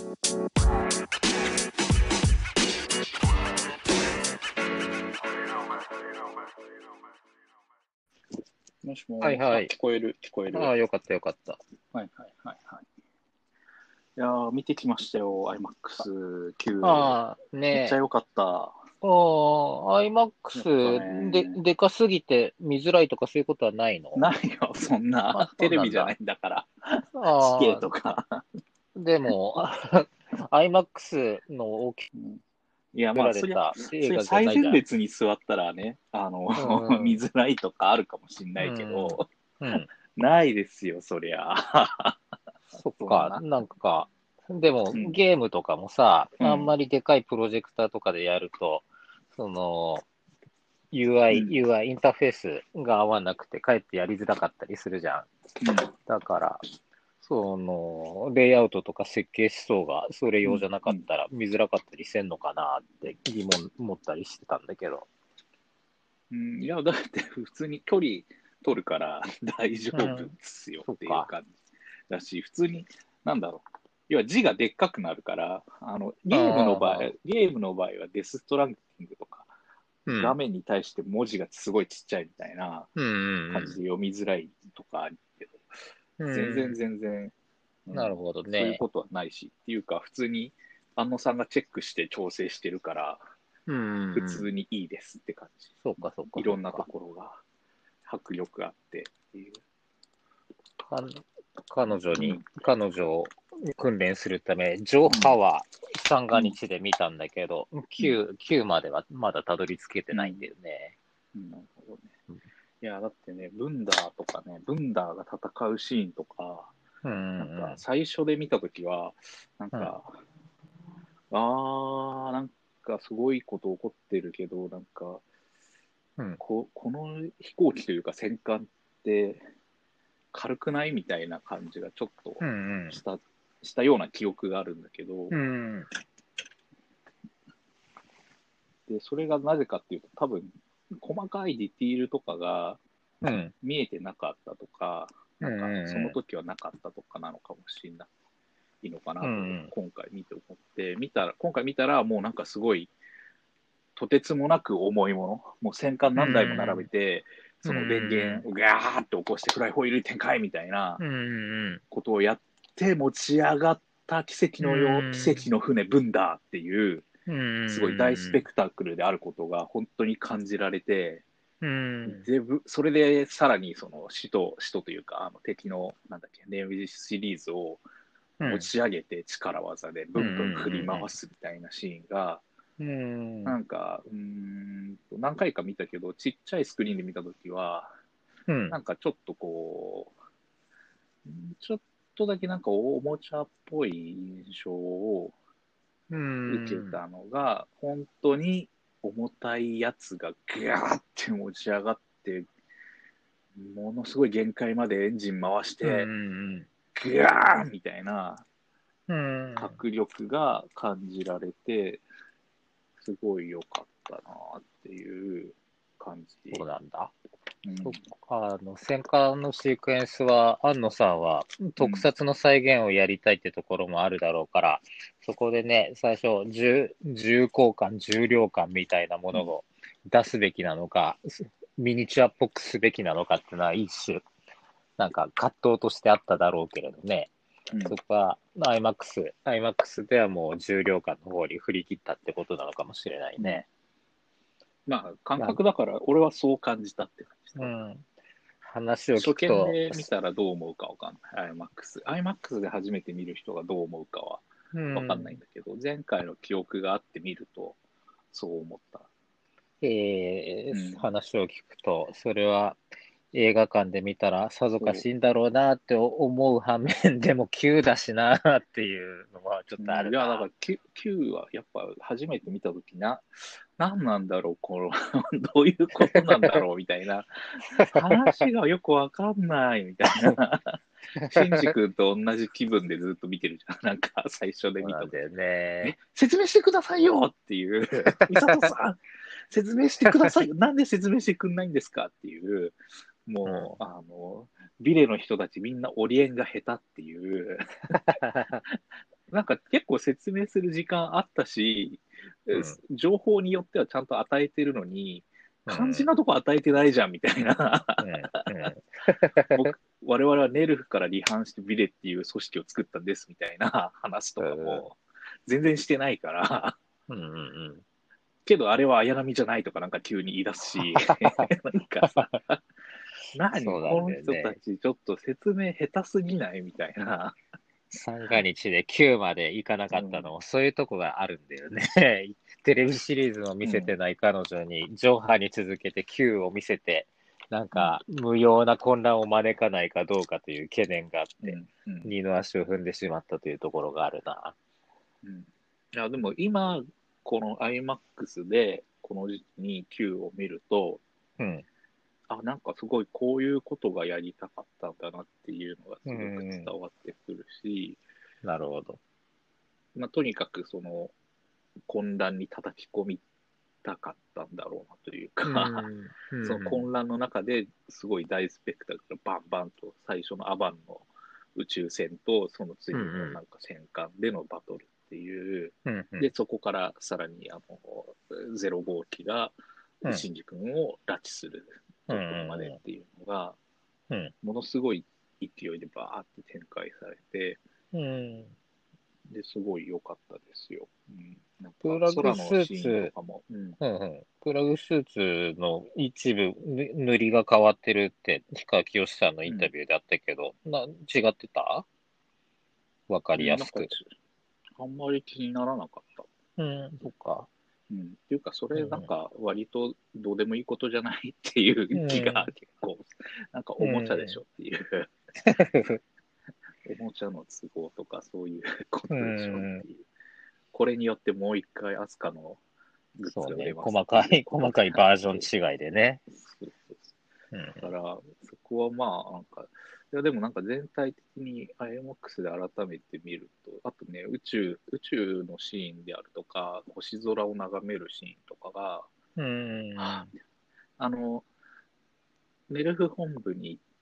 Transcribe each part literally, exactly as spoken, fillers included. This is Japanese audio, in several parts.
もしも、 はいはい。 聞こえる、聞こえる。 ああ、よかったよかった。 はいはいはいはい。いやー、見てきましたよ、アイマックスキュー。 ああ、ねえ。 めっちゃ良かった。 ああ、 やっぱ iMAX で、 ね、 でかすぎて見づらいとかそういうことはないの？ ないよ、そんあ、 な。 そうなんだ。 テレビじゃないんだから。死刑ああ、 とか。 でも、iMAX の大きくうん、いや、 作まあ、そりゃ、 られた映そりゃ画じゃないじゃん。 最前列に座ったらね、あの、 うんうん。 見づらいとかあるかもしんうないけんど、 うん。 ないですよ、そりゃ。 そっか、 そんな。 なんか、でもうん、 ゲームとかもさ、あんうん、 まりでかいプロジェクターとかでやると、その、ユーアイ、 うん、 ユーアイ、イインターフェースが合わなくて、かえってやりづらかったりするじゃん。だから、その、レイアウトとか設計思想がそれうん、 用じゃなかうん。 ったら見づらかったりせんのかなって疑問持ったりしてたんだけど。 うん、いや、だって普通に距離取るから大丈夫でうん、 すよっていうそっか。 感じだし、普通に、なんだろう。要は字がでっかくなるから、あの、 あゲームの場合、 あ、 ゲームの場合はデスストランディングとか、 うん、 画面に対して文字がすごいちっちゃいみたいなうん、 感じで読みづらいとかあるけど、 うん、 全然うん。 全然、うん、 なるほどね。 そういうことはないし、っていうか、普通に安野さんがチェックして調整してるから、 うん、 普うん。 通にいいですって感じ。 そっか、そっか、 いろんなとそっか。 ころが迫力あってっていう。 か彼女に、 うん。 彼女を訓練するため、ジョー・うん。 ハワーさんがうん。 日で見たんだけど、 うん。 きゅう、きゅうまではまだたどり着けてないんうん。 だよね。 うん、なるほどね。いや、だってね、ブンダーとかね、ブンダーが戦うシーンとか、 うん、うなんかん、 最初で見たときは、なんうん、 か、あー、なんかすごいこと起こってるけど、なんか、 うん、 ここの飛行機というか戦艦って軽くないみたいな感じがちょっとうん、 した、したような記憶があるんだけど、 うん、 で、それがなぜかっていうと、多分、細かいディティールとかがうん、 見えてなかったとか、 うん、 なんか、そのうん、 時はなかったとかなのかもしれないのかなと、 うん、 今回見て思って、見たら、今回見たら、もうなんかすごい、とてつもなく重いもの、もう戦艦う何台も並べん、 て、 うその電源ん、 をガーって起こしてフライホイール展開みたいなうん、 ことをやって持ち上がった奇跡うのよう、奇跡ん、 の船ブンダーっていう、 うすごい大スペん、 クタクルであることが本当に感じられて、 うん、 で、それでさらにその使徒、使徒というか、あの敵の、なんだっけ、ネームシリーズを持ち上げて力技でブンブン振り回すみたいなシーンが、 うん、 なんか、うーんと、何回か見たけど、ちっちゃいスクリーンで見たときは、 うん、 なんかちょっとこう、ちょっとだけなんかおもちゃっぽい印象をう受けん、 たのが、本当に重たいやつがガーって持ち上がって、ものすごい限界までエンジン回しうて、 ん、 ガーみたいなうん、 迫力が感じられて、すごい良かったなっていう感じ。 そうなんだ。 うん。 そっか、あの、戦艦のシークエンスは、安野さんはうん。 特撮の再現をやりたいってところもあるだろうから、そこでね、最初、重、重厚感、重量感みたいなもうん。 のを出すべきなのか、ミニチュアっぽくすべきなのかっていうのは一種、なんか葛藤としてあっただろうけれどね。 うん。 そこは IMAX、IMAX ではもう重量感の方に振り切ったってことなのかもしれないうん。 ね。 まあ、感なん覚だから、俺はそう感じたって感じ。 うん、話を聞初くと、 見で見たらどう思うかわかんない。IMAX。IMAX で初めて見る人がどう思うかはうわかんないんん、 だけど、前回の記憶があって見ると、そう思った。 えーうん。 話を聞くと、それは映画館で見たらさぞかそしいんだろうなって思う反面でも急だしなっていうのはちょっう。 とあうん、いや、だかるな。 ら Q、Q はやっぱ初めて見たときな、何なんだろう、このどういうことなんだろうみたいな、話がよくわかんないみたいな、シンジ君と同じ気分でずっと見てるじゃん。なんか最初で見たとき。 そうなんだよえ、 ね。 説明してくださいよっていう、ミサトさん、説明してくださいよ。なんで説明してくんないんですかっていう、 うん。 もう、あの、ビレの人たちみんなオリエンが下手っていう、なんか結構説明する時間あったし、 うん情報によってはちゃんと与えてるのに、肝心うんなとこ与えてないじゃんみたいな。 うんう僕、我々はネルフから離反してビレっていう組織を作ったんですみたいな話とかも全然してないから、 んうんうんけどあれは綾波じゃないとかなんか急に言い出すし、なんかさ、何そうなんこのだよね。 人たちちょっと説明下手すぎないみたいな。 三が日できゅうまで行かなかったのも、そういうとこがあるんだよね。テレビシリーズを見せてない彼女に、上波に続けてきゅうを見せて、なんか、無用な混乱を招かないかどうかという懸念があっうんて、 うんうん二の足を踏んでしまったというところがあるな。 うん、いやでも今、この iMAX でこの時期に Q を見ると、 うん。 あ、なんかすごいこういうことがやりたかったんだなっていうのがすうごく伝ん。 わってくるし、 なるほど。 まあ、とにかくその混乱に叩き込みたかったんだろうなといううか、 ん。うそのん。 混乱の中ですごい大スペクタクルバンバンと最初のアバンの宇宙船とその次のなんか戦艦でのバトルっていう、 うん。うん。 でそこからさらにあのゼロ号機がうん。 シンジ君を拉致するところまでっていうのがうん。 ものすごい勢いでバーって展開されて、 うん。 ですごい良かったですよ。うん、なんプかラグス空のシーンとーツ、 かも、うん、 うんうん。プラグスーツの一部、ぬ塗りが変わってるって、氷川きよしさんのインタうん、 ビューであったけど、な、違ってたわかうん、なんかりやすく。 あんまり気にならなかった。 うん、そっか。 うん、っていうか、それなんうん、 か割とどうでもいいことじゃないっていう気がうん、 結構、なんかうおもちゃでしん、 ょっていう、おもちゃの都合とかそういうこうとでしょっん。 ていう。これによってもう一回アスカのグッズそうね。 が売れますっていう細かい、細かいことであって、 バージョン違いでね。 そうそううん、 だから、そこはまあ、なんか、いやでもなんか全体的に iMAX で改めて見ると、あとね、宇宙、宇宙のシーンであるとか、星空を眺めるシーンとかが、はうん、 あ、あの、ネルフ本部に行って、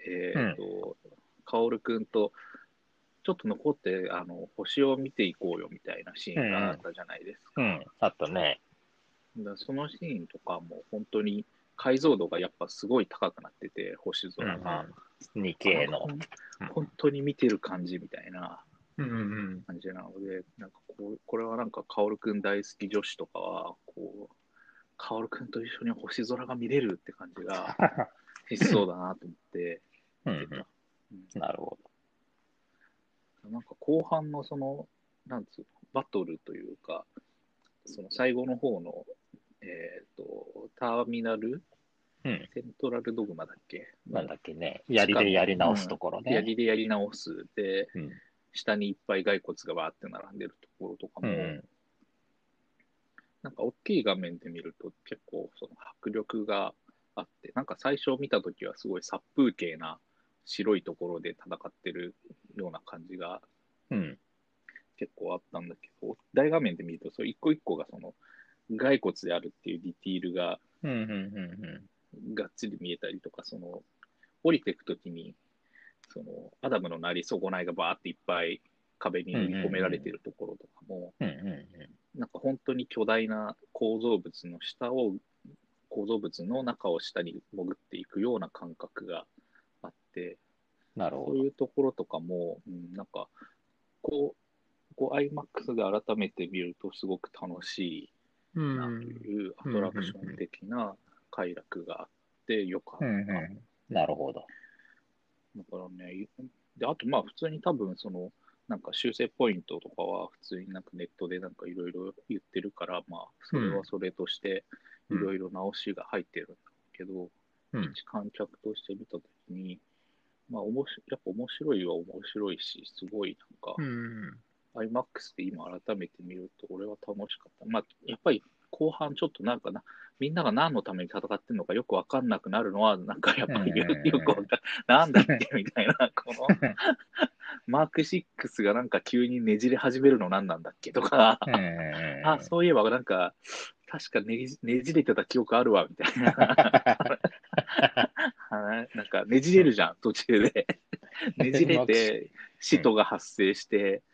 うん、 えっ、と、カオルくんと、ちょっと残って、あの、星を見ていこうよみたいなシうん、 ーンがあったじゃないですか。 うん、あったね。 だそのシーンとかも本当に解像度がやっぱすごい高くなってて、星うん、 空が。 うん。にあ、なんケー の。 かほん本当に見てる感じみたいなうん、うん、 感じなので、なんかこう、これはなんか、カオルくん大好き女子とかは、こう、カオルくんと一緒に星空が見れるって感じがしそうだなと思ってうん、 見てた。 ううんん。なるほなんか後半のその、なんつうの、バトルというか、その最後の方の、えっ、と、ターミナル、 ど。うん。 セントラルドグマだっけなんのだっけね。 地下の、 槍でやり直すとうん、 ころね。 槍でやり直すで、 うん。 下にいっぱい骸骨がバーって並んでるところとかも、 うん、 なんか大きい画面で見ると結構その迫力があって、なんか最初見たときはすごい殺風景な白いところで戦ってるような感じがうん。 結構あったんだけど、大画面で見るとそ一個一個がその骸骨であるっていうディティールがうん、うん、うん、 がっつり見えたりとか、その降りていくときにそのアダムのなり損ないがバーっていっぱい壁にうん。う塗り込められん、 てるところとかも、 うん、うん。うん、 なんか本当に巨大な構造物の下を、構造物の中を下に潜っていくような感覚があって、 なるほど。 そういうところとかも、うん、なんか、こう、こう iMAX で改めて見るとすごく楽しういなとん。 いうアうん、 トラクションうん、 的な快楽があってよかっうん。 た。 うん、なるほど。 だからね、で、あとまあ普通に多分その、なんか修正ポイントとかは普通になんかネットでなんかいろいろ言ってるから、まあそれはそれとしていろいろ直しが入ってるんだけど、 うん。 一観客として見たときに、まあおもし、やっぱ面白いは面白いし、すごいなんか、 うん。 iMAX で今改めて見ると俺は楽しかった。まあやっぱり後半ちょっとなんかな、みんなが何のために戦ってるのかよくわかんなくなるのは、なんかやっうん。 ぱりよよくわかんうなんだっけみたいな、このマークシックスがなんか急にねじれ始めるの何なんだっけとか、 ん。 あ、そういえばなんか、確かねじねじれてた記憶あるわ、みたいな。なんかねじれるじゃん、途中で。ねじれマックス。 て、使徒が発生して、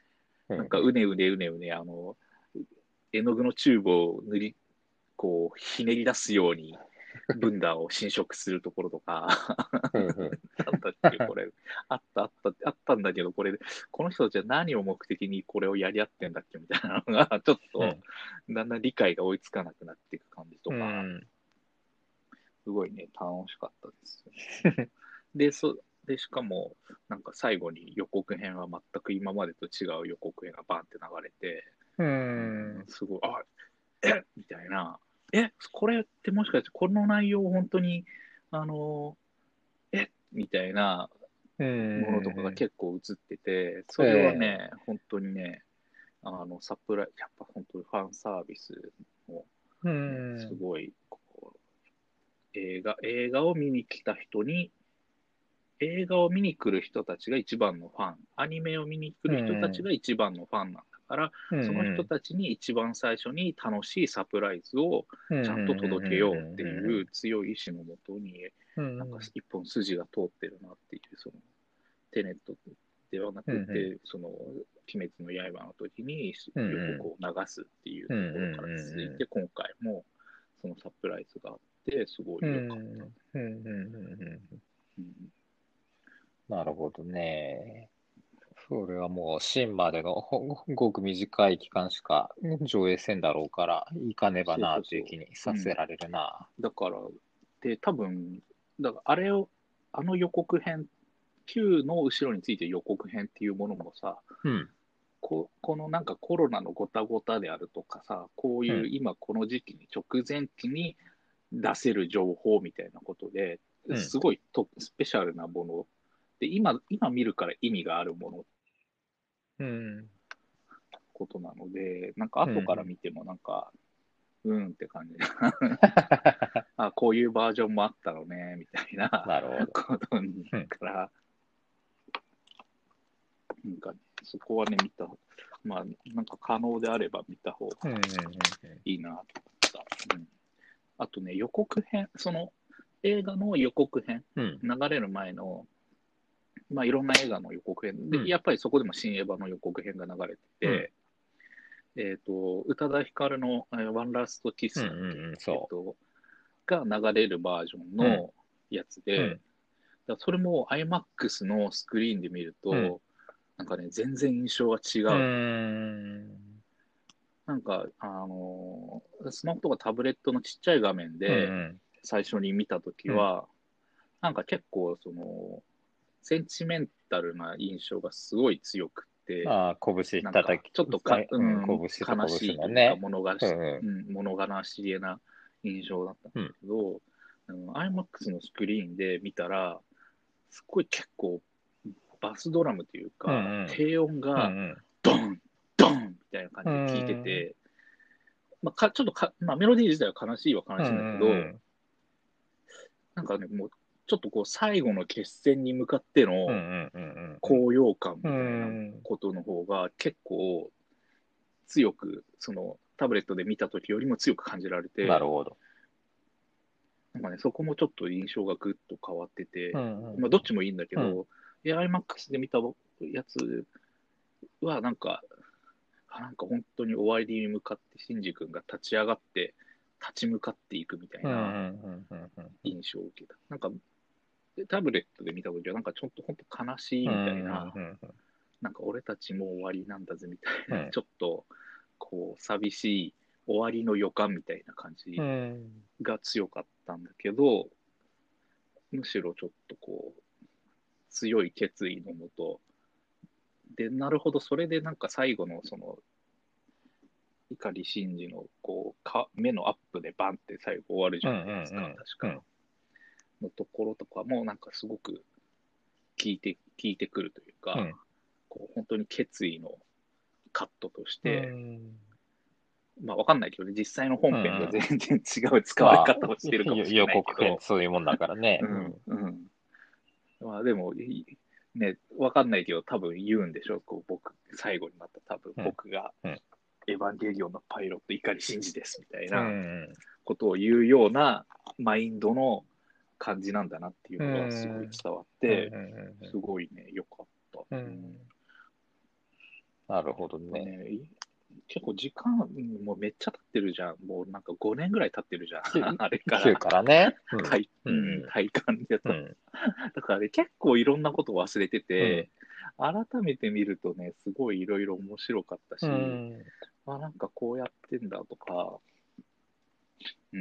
なんかうねうねうねうね、あの、絵の具のチューブを塗り、こう、ひねり出すように、ブンダーを侵食するところとか、 うんうんなんだっけ、これ、あったあった、あったんだけど、これ、この人たちは何を目的にこれをやり合ってんだっけみたいなのが、ちょっと、だんだん理解が追いつかなくなっていく感じとうか、 んすごいね、楽しかったです。で、そで、しかも、なんか最後に予告編は全く今までと違う予告編がバンって流れて、 ううんんすごい、あ、えみたいな、え、これってもしかしてこの内容本当に、あの、えみたいなうものとかがん結構映ってて、それはえね、本当にね、あの、サプライ、やっぱ本当にファンサービスもうね、すんごい、こう、映画、映画を見に来た人に、映画を見に来る人たちが一番のファン、アニメを見に来うる人たちんが一番のファンなんだから、 うその人んたちに一番最初に楽しいサプライズをうんちゃんと届けようってうんいう強い意志のもとに、なんかうん一本筋が通ってるなっていう、そのテネットではなくて、その鬼滅の刃の時に予告を流すっていうところから続いて、今回もそのサプライズがあって、すごい良かった。うんなるほどね。それはもう、新までのほごく短い期間しか上映せんだろうから、行かねばそうそなうそという気にう。うん。 させられるな。 だから、で、多分、だからあれを、あの予告編、Q の後ろについてる予告編っていうものもさ、 うん、 ここのなんかコロナのごたごたであるとかさ、こううん、 いう今この時期に直前期に出せる情報みたいなことで、 うん、 すごいとスペシャルなもので、今、今見るから意味があるものうん、 ことなので、なんかうん、 後からうん。 見てもなんか、うんって感じ。あ、こういうバージョンもあったのね、みたいななるほど。 ことにうん、 から、なんかね、そこはね、見た、まあ、なんか可能であれば見た方がうん、うん、 いいなと思った。うん、あとね、予告編、その映画の予告編、 うん、 流れる前の、まあ、いろんな映画の予告編で、 うん、 やっぱりそこでも新エヴァの予告編が流れてうん、 て、えっ、と、宇多田ヒカルの、えーワンラストキうん、 スだっけ、 うん、そえっ、と、が流れるバージョンう。うん、 のやつで、 うん、 だそれも IMAX のスクリーンで見るうん、 と、なんかね、全然印象が違ううの。 ん、 なんか、あのースマホとかタブレットのちっちゃい画面うでん、 最初に見たときうん。 は、なんか結構、その、センチメンタルな印象がすごい強くって、 ああ、拳なんか、 叩き、 ちょっとか、 あうん、 うん、 拳と悲拳しいというか、 のね。 物がし、 うん、 うん、物悲しげな印象だったんだうん、 けど、うん、IMAX のスクリーンで見たら、すっごい結構、バスドラムといううん、 か、 うん、 低音が、 うん、 ドン、ドンみたいな感うじで聞いてん、 て、まあ、かちょっとか、まあ、メロディー自体は悲しいは悲うん、 しいんだけど、 うん、 なんかね、もう、ちょっとこう、最後の決戦に向かってうん、 のうん、うん、 高揚感うみたいなん、 ことの方が結構強く、そのタブレットで見た時よりも強く感じられて、 なるほど。 なんかね、そこもちょっと印象がぐっと変わってうて、まあ、どっん、 ちもいいんだけうん、 ど、いや IMAX で見たやつは、なんか、あなんか本当に終わりに向かって、シンジ君が立ち上がって、立ち向かっていくみたいうん、 なうん、うん、 印象を受けた。なんか、タブレットで見た時は、なんかちょっと本当悲しいうん、 みたいな、 うん、 なんか俺たちもう終わりなんだぜみたいな、 うん、 ちょっと、こう、寂しい終わりの予感みたいな感うじん、 が強かったんだけど、むしろちょっとこう、強い決意のもと、で、なるほど、それでなんか最後のその、碇シンジのこうか目のアップでバンって最後終わるじうん、 ゃないですか、 うん、 確か。 うん、 のところとかもなんかすごく聞いて、聞いてくるというか、 うん、 こう本当に決意のカットとしうて、 ん、 まあわかんないけどね、実際の本編ではうん。 全然違う使われまあ、 方をしてるかもしれ予告編ないけど、 そういうもんだからね。 うん、うん。まあでも、ね、わかんないけど、多分言うんでしょう、こう僕、最後になった多分うん、 僕がうん、 エヴァンゲリオンのパイロット、碇シンジですみたいうなん、 ことを言うようなマインドの感じなんだなっていううのがすごいん、 伝わっうん、 て、 うん、 すごいね、良かった。 ううん、 ん。 なるほどね。 ね、い結構時間、うんもうめっちゃ経ってるじゃん。もうなんかごねんぐらい経ってるじゃん。あれかきゅうら。 からね。 体、 ううん、 ん。 体感だと。 うん。 だからね、結構いろんなこと忘れてうん。 て、改めて見るとね、すごいいろいろ面白かったうし、 ん。 あ、なんかこうやってんだとか、うん、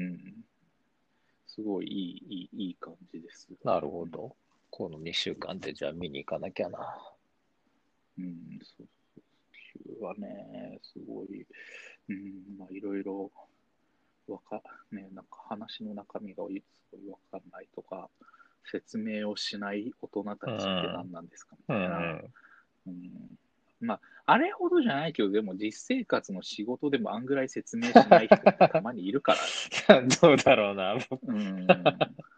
すごいいい、いい、いい感じです。 なるほど。このにしゅうかんでじゃあ見に行かなきゃな。 うん、うん、そうそう。はね、すごい、うん、まあいろいろ、わか、ね、なんか話の中身がすごいわかんないとか、説明をしない大人たうちってん。 何なんですかみうたいな。 ん。 うん、まあ、あれほどじゃないけど、でも実生活の仕事でもあんぐらい説明しない人ってたまにいるから。 どうだろうな。 うん。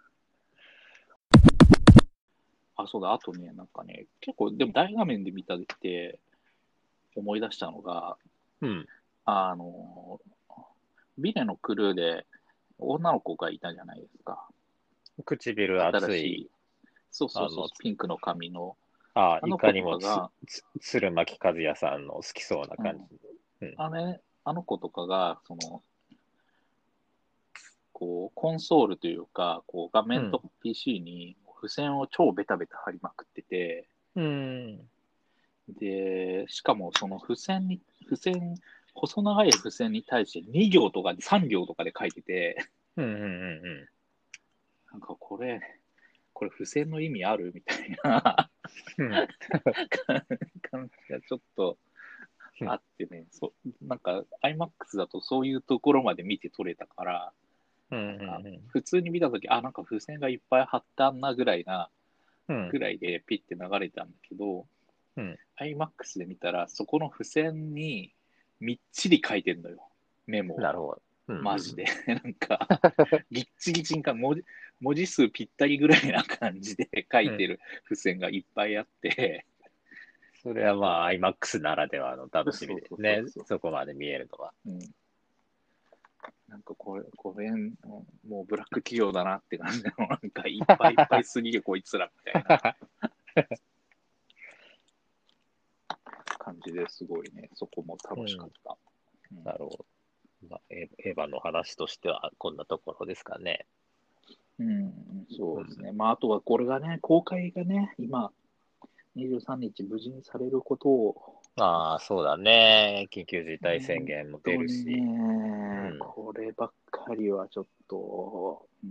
あ、そうだ、あとね、なんかね、結構、でも大画面で見たって思い出したのが、 うん。 あの、ビレのクルーで女の子がいたじゃないですか。 唇新し熱い、 い、そうそうそう、 あの、 ピンクの髪の、 あ、いかあの子とにもつ、 かが、 つ、鶴巻和也さんの好きそうなうん、 感じ。うん。 あれ、あの子とかが、その、こう、コンソールというか、こう、画うん。 面と ピーシー に付箋を超ベタベタ貼りまくってて、 うん。 で、しかもその付箋に、付箋、細長い付箋に対してに行とかさん行とかで書いてて、 うん。うん。うんなんかこれ、これ付箋の意味あるみたいなうん。 感じがちょっとうん。 あってね、そなんか iMAX だとそういうところまで見て取れたから、 うん。 なんかうん。 普通に見たとき、あ、なんか付箋がいっぱい貼ってあんなぐらいな、 うん。 ぐらいでピッて流れたんだけど、 うん。 iMAX で見たら、そこの付箋にみっちり書いてんのよ、メモを。 なるほど。うん。うん。 マジで。なんか、ぎっちぎちにか文字、文字数ぴったりぐらいな感じで書うん。 いてる付箋がいっぱいあって、 それなんか、 はまあ、IMAX ならではの楽しみそうそうそうですね。 そう。 そこまで見えるのは。 うん。なんかこれ、これ、もうブラック企業だなって感じの、なんかいっぱいいっぱいすぎるこいつらみたいな感じですごいね、そこもうん。 楽しかった。うん、 なるほど。まあ、エエヴァの話としてはこんなところですかね。 うん、 うん。 そうですね。まあ、あとはこれがね、公開がね、今、にじゅうさんにち無事にされることを、 ああ、そうだね。緊急事態宣本言も出当にるし。うね、 ん。 こればっかりはちょっと、うん、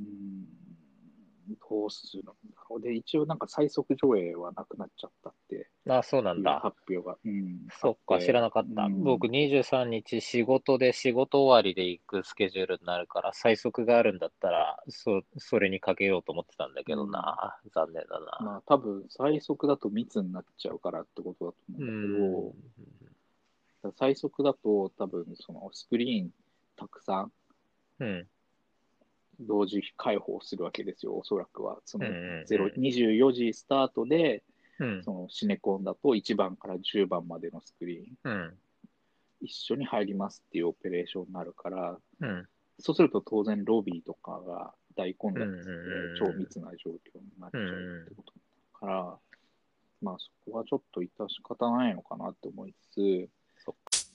どうするんだろう。で、一応なんか最速上映はなくなっちゃったってああ、そうなんいうだ。 発表が、うん、あそっか、知らって、 なかっうた。僕ん、 にじゅうさんにち仕事で仕事終わりで行くスケジュールになるから、最速があるんだったら、そ、それにかけようと思ってたんだけどうん、 な。残念だな。 まあ多分最速だと密になっちゃうからってことだと思ううんだけん。 ど、最速だと多分そのスクリーンたくさんうん。 同時開放するわけですよ、おそらくは。そうん。 のうん。 にじゅうよじスタートで、 うん。 そのシネコンだといちばんからじゅうばんまでのスクリーン、 うん。 一緒に入りますっていうオペレーションになるから、 うん。 そうすると当然ロビーとかが大混うん。 雑で超うん。 密な状況になっうちゃうってん。 ことだから、まあそこはちょっと致し方ないのかなって思いつつ、 そっか。